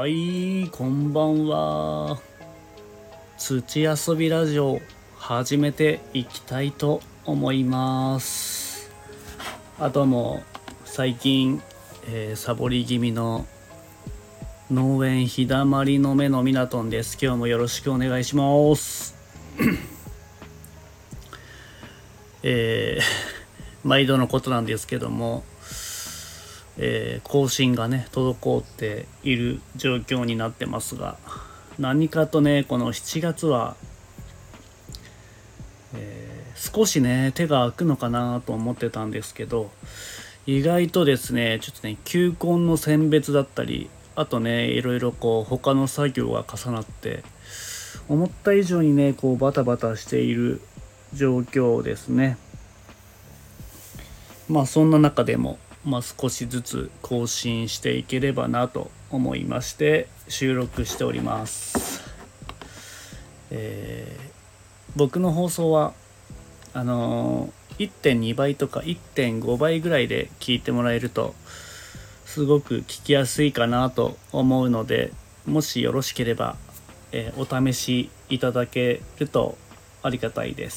はい、こんばんは。土遊びラジオ始めていきたいと思います。どうも最近、サボり気味の農園日だまりの目のミナトンです。今日もよろしくお願いします。毎度のことなんですけども、更新がね滞っている状況になってますが、何かとねこの7月は、少しね手が空くのかなと思ってたんですけど、意外とですねちょっとね球根の選別だったり、あとねいろいろ他の作業が重なって思った以上にねバタバタしている状況ですね。そんな中でも少しずつ更新していければなと思いまして収録しております。僕の放送は1.2 倍とか 1.5 倍ぐらいで聞いてもらえるとすごく聞きやすいかなと思うので、もしよろしければ、お試しいただけるとありがたいです。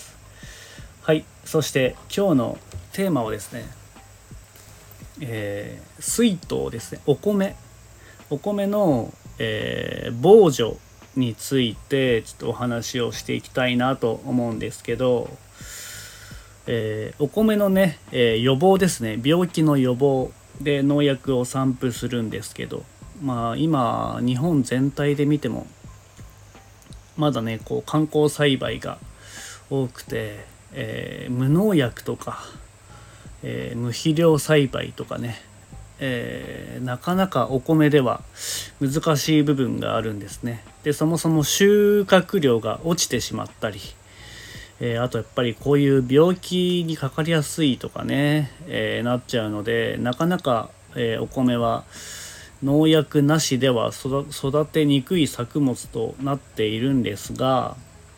はい、そして今日のテーマはですね、水筒ですね。お米の、防除についてちょっとお話をしていきたいなと思うんですけど、お米のね、予防ですね。病気の予防で農薬を散布するんですけど、今日本全体で見てもまだね観光栽培が多くて、無農薬とか、無肥料栽培とかね、なかなかお米では難しい部分があるんですね。でそもそも収穫量が落ちてしまったり、あとやっぱりこういう病気にかかりやすいとかね、なっちゃうので、なかなか、お米は農薬なしでは育てにくい作物となっているんですが、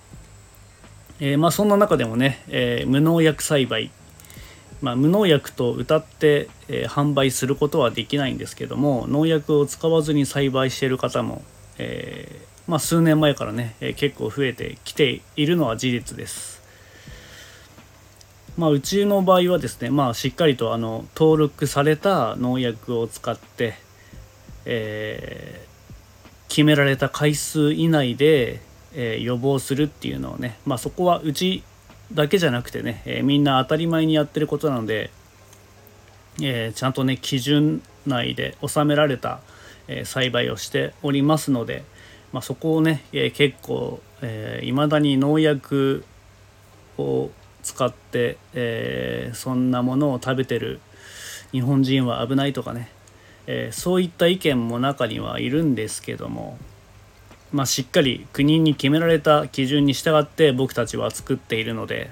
そんな中でもね、無農薬栽培、無農薬と謳って、販売することはできないんですけども、農薬を使わずに栽培している方も、数年前からね、結構増えてきているのは事実です。うちの場合はですね、しっかりと登録された農薬を使って、決められた回数以内で、予防するっていうのをね、そこはうちだけじゃなくてね、みんな当たり前にやってることなので、ちゃんとね基準内で収められた、栽培をしておりますので、そこをね、結構未だに農薬を使って、そんなものを食べてる日本人は危ないとかね、そういった意見も中にはいるんですけども、しっかり国に決められた基準に従って僕たちは作っているので、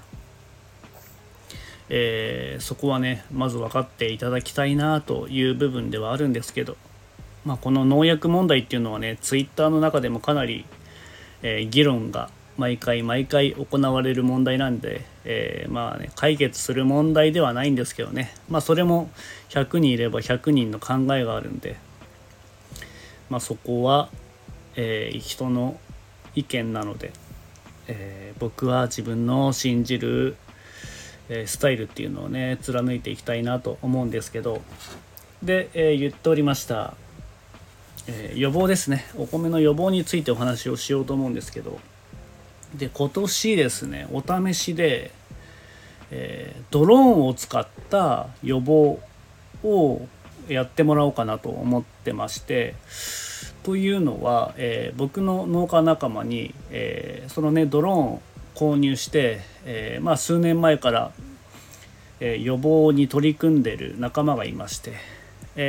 そこはねまず分かっていただきたいなという部分ではあるんですけど、この農薬問題っていうのはねツイッターの中でもかなり、議論が毎回行われる問題なんで、解決する問題ではないんですけどね、それも100人いれば100人の考えがあるんで、そこは、人の意見なので、僕は自分の信じるスタイルっていうのをね貫いていきたいなと思うんですけど、で、言っておりました、予防ですね。お米の予防についてお話をしようと思うんですけど、で今年ですねお試しで、ドローンを使った予防をやってもらおうかなと思ってまして、というのは、僕の農家仲間に、そのねドローンを購入して、数年前から、予防に取り組んでいる仲間がいまして、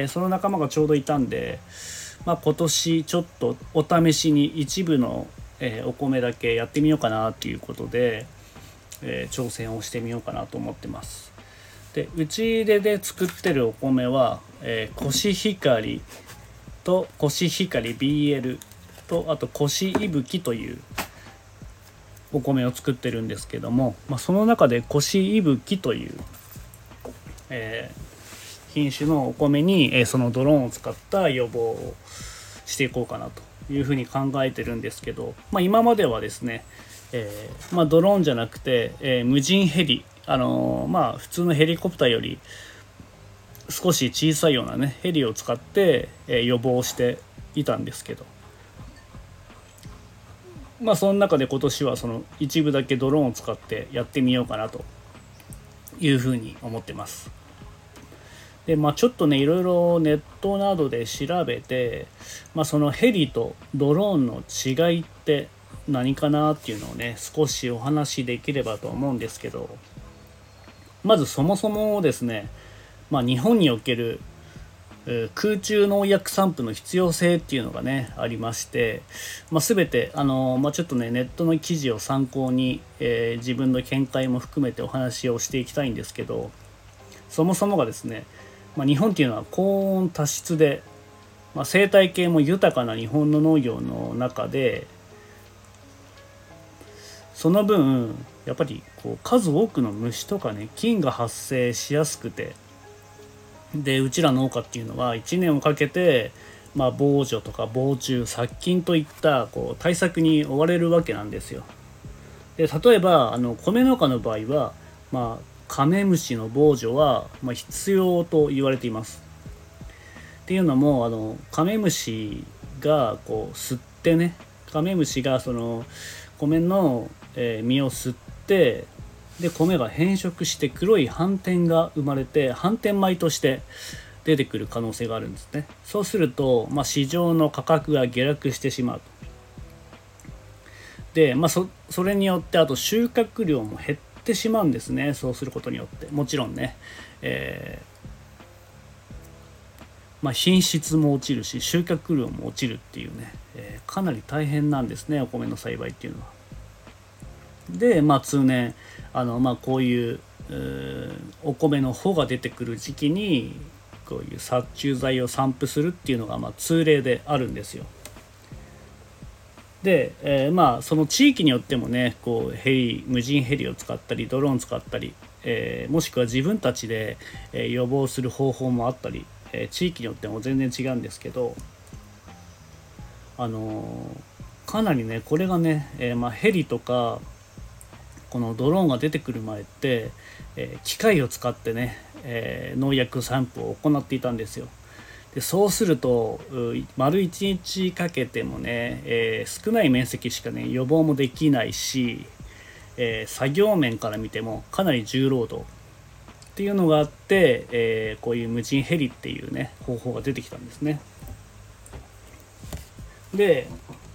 その仲間がちょうどいたんで、今年ちょっとお試しに一部の、お米だけやってみようかなということで、挑戦をしてみようかなと思ってます。でうちで作ってるお米は、コシヒカリとコシヒカリ BL とあとコシイブキというお米を作ってるんですけども、その中でコシイブキという、品種のお米に、そのドローンを使った予防をしていこうかなというふうに考えてるんですけど、今まではですね、ドローンじゃなくて、無人ヘリ、普通のヘリコプターより少し小さいようなねヘリを使って、予防していたんですけど、その中で今年はその一部だけドローンを使ってやってみようかなというふうに思ってます。でちょっとねいろいろネットなどで調べて、そのヘリとドローンの違いって何かなっていうのをね少しお話しできればと思うんですけど、まずそもそもですね、日本における空中農薬散布の必要性っていうのがねありまして、全てちょっとねネットの記事を参考に、自分の見解も含めてお話をしていきたいんですけど、そもそもがですね、日本っていうのは高温多湿で、生態系も豊かな日本の農業の中で、その分やっぱり数多くの虫とかね菌が発生しやすくて、でうちら農家っていうのは1年をかけて、防除とか防虫殺菌といった対策に追われるわけなんですよ。で例えば米農家の場合は、カメムシの防除は、必要と言われています。っていうのもカメムシが吸ってね、カメムシがその米の、実を吸って、で米が変色して黒い斑点が生まれて斑点米として出てくる可能性があるんですね。そうすると、市場の価格が下落してしまうと。で、それによってあと収穫量も減ってしまうんですね。そうすることによってもちろんね、品質も落ちるし収穫量も落ちるっていうね、かなり大変なんですね、お米の栽培っていうのは。で通年こういうお米の穂が出てくる時期にこういう殺虫剤を散布するっていうのが通例であるんですよ。で、その地域によってもね無人ヘリを使ったりドローン使ったり、もしくは自分たちで、予防する方法もあったり、地域によっても全然違うんですけど、かなりねこれがね、ヘリとかこのドローンが出てくる前って、機械を使ってね、農薬散布を行っていたんですよ。でそうすると丸1日かけてもね、少ない面積しかね予防もできないし、作業面から見てもかなり重労働っていうのがあって、こういう無人ヘリっていうね方法が出てきたんですね。で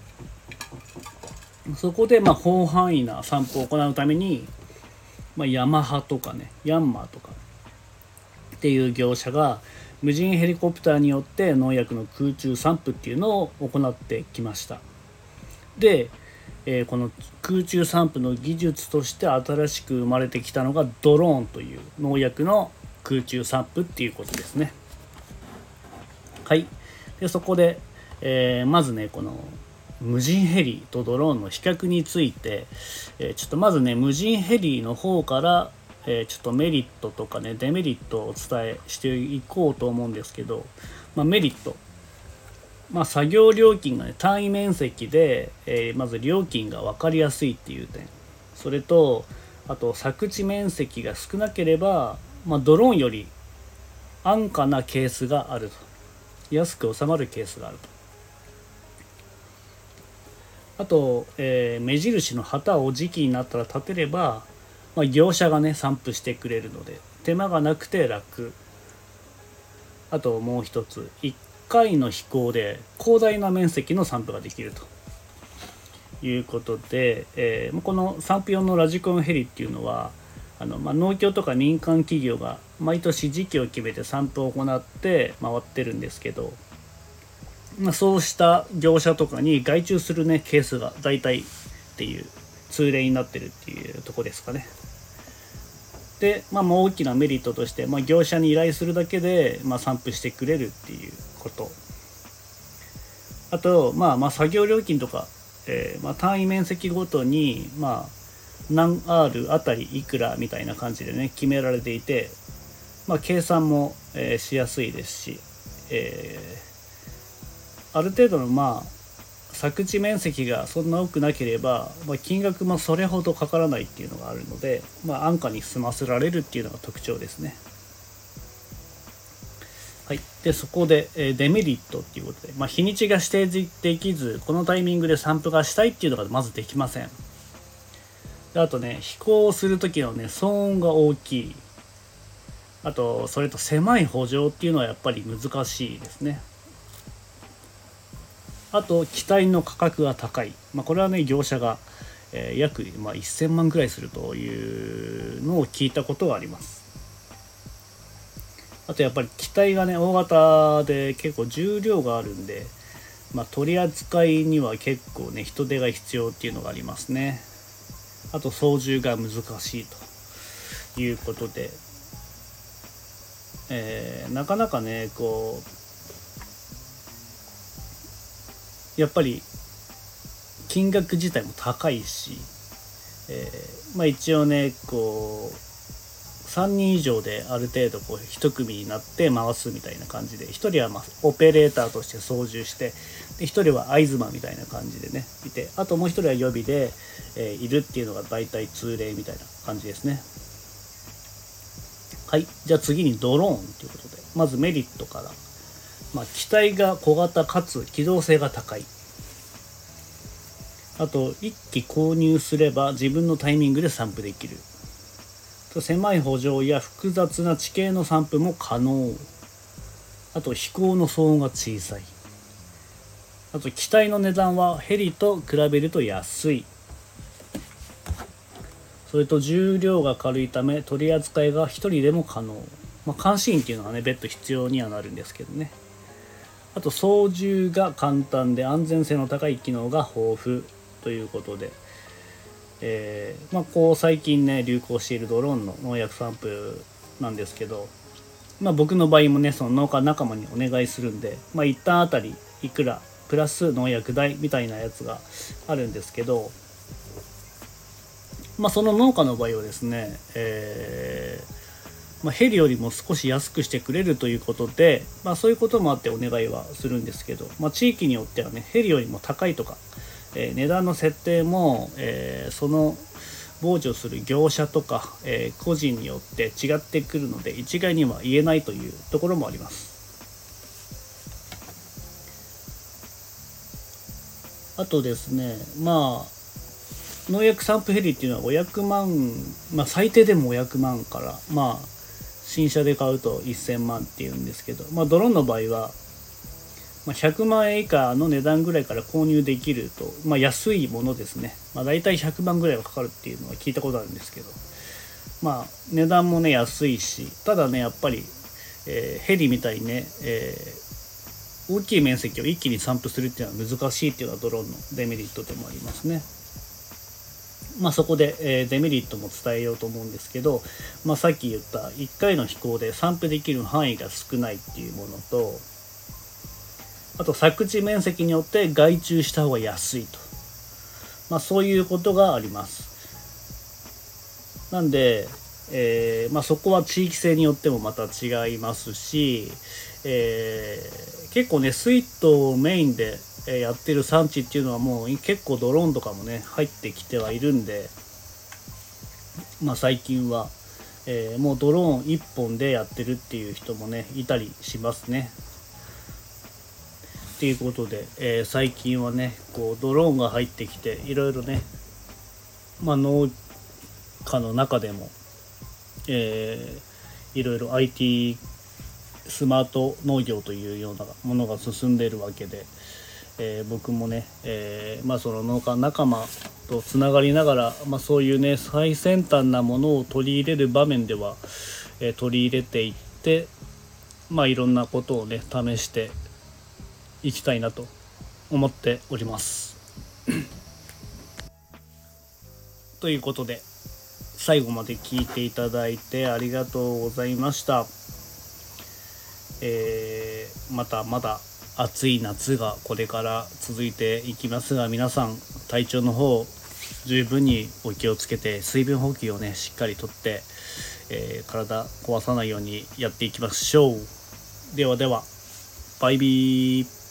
そこで広範囲な散布を行うために、ヤマハとかねヤンマーとかっていう業者が無人ヘリコプターによって農薬の空中散布っていうのを行ってきました。で、この空中散布の技術として新しく生まれてきたのがドローンという農薬の空中散布っていうことですね。はい。でそこで、まずねこの無人ヘリとドローンの比較について、ちょっとまずね無人ヘリの方から、ちょっとメリットとかねデメリットをお伝えしていこうと思うんですけど、メリット、作業料金がね単位面積で、まず料金が分かりやすいっていう点、それとあと作地面積が少なければ、ドローンより安価なケースがあると、安く収まるケースがあると。あと、目印の旗を時期になったら立てれば、業者がね散布してくれるので手間がなくて楽。あともう一つ、1回の飛行で広大な面積の散布ができるということで、この散布用のラジコンヘリっていうのは農協とか民間企業が毎年時期を決めて散布を行って回ってるんですけど、そうした業者とかに外注するねケースが大体っていう通例になってるっていうとこですかね。で、大きなメリットとして、業者に依頼するだけで、散布してくれるっていうこと。あと、作業料金とか、単位面積ごとに、何 R あたりいくらみたいな感じでね決められていて、計算も、しやすいですし、 ある程度の作地面積がそんな多くなければ、金額もそれほどかからないっていうのがあるので、安価に済ませられるっていうのが特徴ですね。はい、でそこで、デメリットっていうことで、日にちが指定できず、このタイミングで散布がしたいっていうのがまずできません。であとね、飛行する時のね、騒音が大きい。あとそれと狭い補助っていうのはやっぱり難しいですね。あと機体の価格が高い、これはね業者が、約、1000万くらいするというのを聞いたことがあります。あとやっぱり機体がね大型で結構重量があるんで、取り扱いには結構ね人手が必要っていうのがありますね。あと操縦が難しいということで、なかなかねやっぱり金額自体も高いし、一応ね3人以上である程度1組になって回すみたいな感じで、1人はオペレーターとして操縦して、で1人は合図マンみたいな感じでねいて、あともう1人は予備で、いるっていうのが大体通例みたいな感じですね。はい、じゃあ次にドローンということで、まずメリットから、機体が小型かつ機動性が高い。あと1機購入すれば自分のタイミングで散布できる。狭い補助や複雑な地形の散布も可能。あと飛行の騒音が小さい。あと機体の値段はヘリと比べると安い。それと重量が軽いため取り扱いが1人でも可能。監視員っていうのはね別途必要にはなるんですけどね。あと操縦が簡単で安全性の高い機能が豊富ということで、最近ね流行しているドローンの農薬散布なんですけど、僕の場合もねその農家仲間にお願いするんで、一旦あたりいくらプラス農薬代みたいなやつがあるんですけど、その農家の場合はですね、ヘリよりも少し安くしてくれるということで、そういうこともあってお願いはするんですけど、地域によってはねヘリよりも高いとか、値段の設定も、その傍受する業者とか、個人によって違ってくるので一概には言えないというところもあります。あとですね、農薬散布ヘリっていうのは500万、最低でも500万から新車で買うと1000万っていうんですけど、ドローンの場合は100万円以下の値段ぐらいから購入できると、安いものですね、大体100万ぐらいはかかるっていうのは聞いたことあるんですけど、値段もね安いし、ただねやっぱり、ヘリみたいにね、大きい面積を一気に散布するっていうのは難しいっていうのはドローンのデメリットでもありますね。そこで、デメリットも伝えようと思うんですけど、さっき言った1回の飛行で散布できる範囲が少ないっていうものと、あと作地面積によって外注した方が安いと、そういうことがあります。なんで、そこは地域性によってもまた違いますし、結構ねスイートをメインでやってる産地っていうのはもう結構ドローンとかもね入ってきてはいるんで、最近は、もうドローン1本でやってるっていう人もねいたりしますね。っていうことで、最近はねドローンが入ってきていろいろね、農家の中でも、いろいろ IT スマート農業というようなものが進んでいるわけで、僕もね、その農家仲間とつながりながら、そういうね最先端なものを取り入れる場面では、取り入れていって、いろんなことをね試していきたいなと思っておりますということで最後まで聞いていただいてありがとうございました。またまだ暑い夏がこれから続いていきますが、皆さん体調の方十分にお気をつけて水分補給をねしっかりとって、体壊さないようにやっていきましょう。ではでは、バイビー。